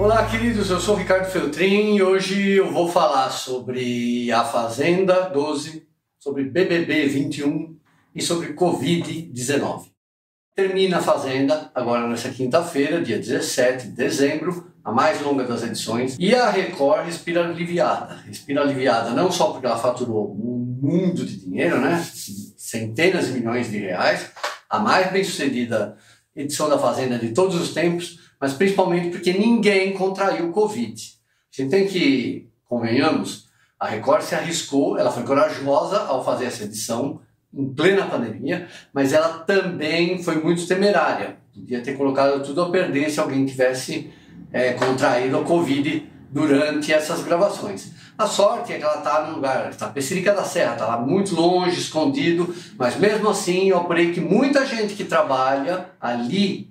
Olá, queridos, eu sou o Ricardo Feltrin e hoje eu vou falar sobre A Fazenda 12, sobre BBB 21 e sobre Covid-19. Termina A Fazenda agora nessa quinta-feira, dia 17 de dezembro, a mais longa das edições, e a Record respira aliviada. Respira aliviada não só porque ela faturou um mundo de dinheiro, né? Centenas de milhões de reais, a mais bem-sucedida edição da Fazenda de todos os tempos, mas principalmente porque ninguém contraiu Covid. A gente tem que, convenhamos, a Record se arriscou, ela foi corajosa ao fazer essa edição em plena pandemia, mas ela também foi muito temerária. Podia ter colocado tudo a perder se alguém tivesse contraído a Covid durante essas gravações. A sorte é que ela está num lugar, está Tapecerica da Serra, está lá muito longe, escondido, mas mesmo assim eu apurei que muita gente que trabalha ali,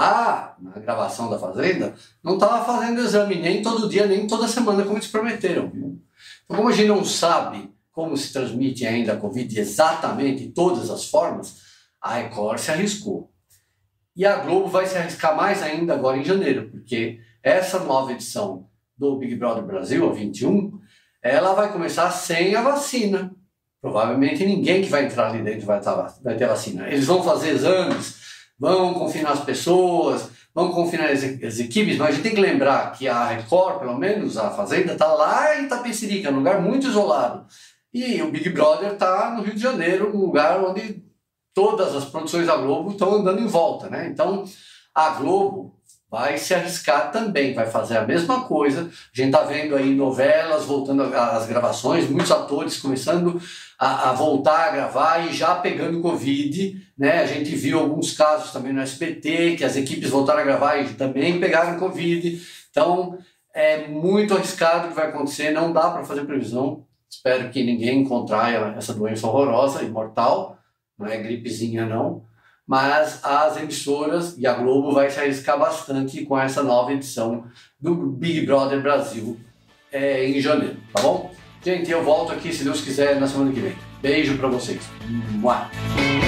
lá na gravação da Fazenda, não estava fazendo exame nem todo dia, nem toda semana, como eles prometeram. Viu? Então, como a gente não sabe como se transmite ainda a Covid exatamente de todas as formas, a Record se arriscou. E a Globo vai se arriscar mais ainda agora em janeiro, porque essa nova edição do Big Brother Brasil, a 21, ela vai começar sem a vacina. Provavelmente ninguém que vai entrar ali dentro vai ter a vacina. Eles vão fazer exames, vão confinar as pessoas, vão confinar as equipes, mas a gente tem que lembrar que a Record, pelo menos a Fazenda, está lá em Tapecerica, um lugar muito isolado. E o Big Brother está no Rio de Janeiro, um lugar onde todas as produções da Globo estão andando em volta, né? Então, a Globo vai se arriscar também, vai fazer a mesma coisa. A gente está vendo aí novelas voltando às gravações, muitos atores começando a voltar a gravar e já pegando Covid, né? A gente viu alguns casos também no SBT, que as equipes voltaram a gravar e também pegaram Covid. Então, é muito arriscado o que vai acontecer, não dá para fazer previsão. Espero que ninguém contraia essa doença horrorosa e mortal, não é gripezinha não. Mas as emissoras e a Globo vai se arriscar bastante com essa nova edição do Big Brother Brasil em janeiro, tá bom? Gente, eu volto aqui, se Deus quiser, na semana que vem. Beijo pra vocês. Mua.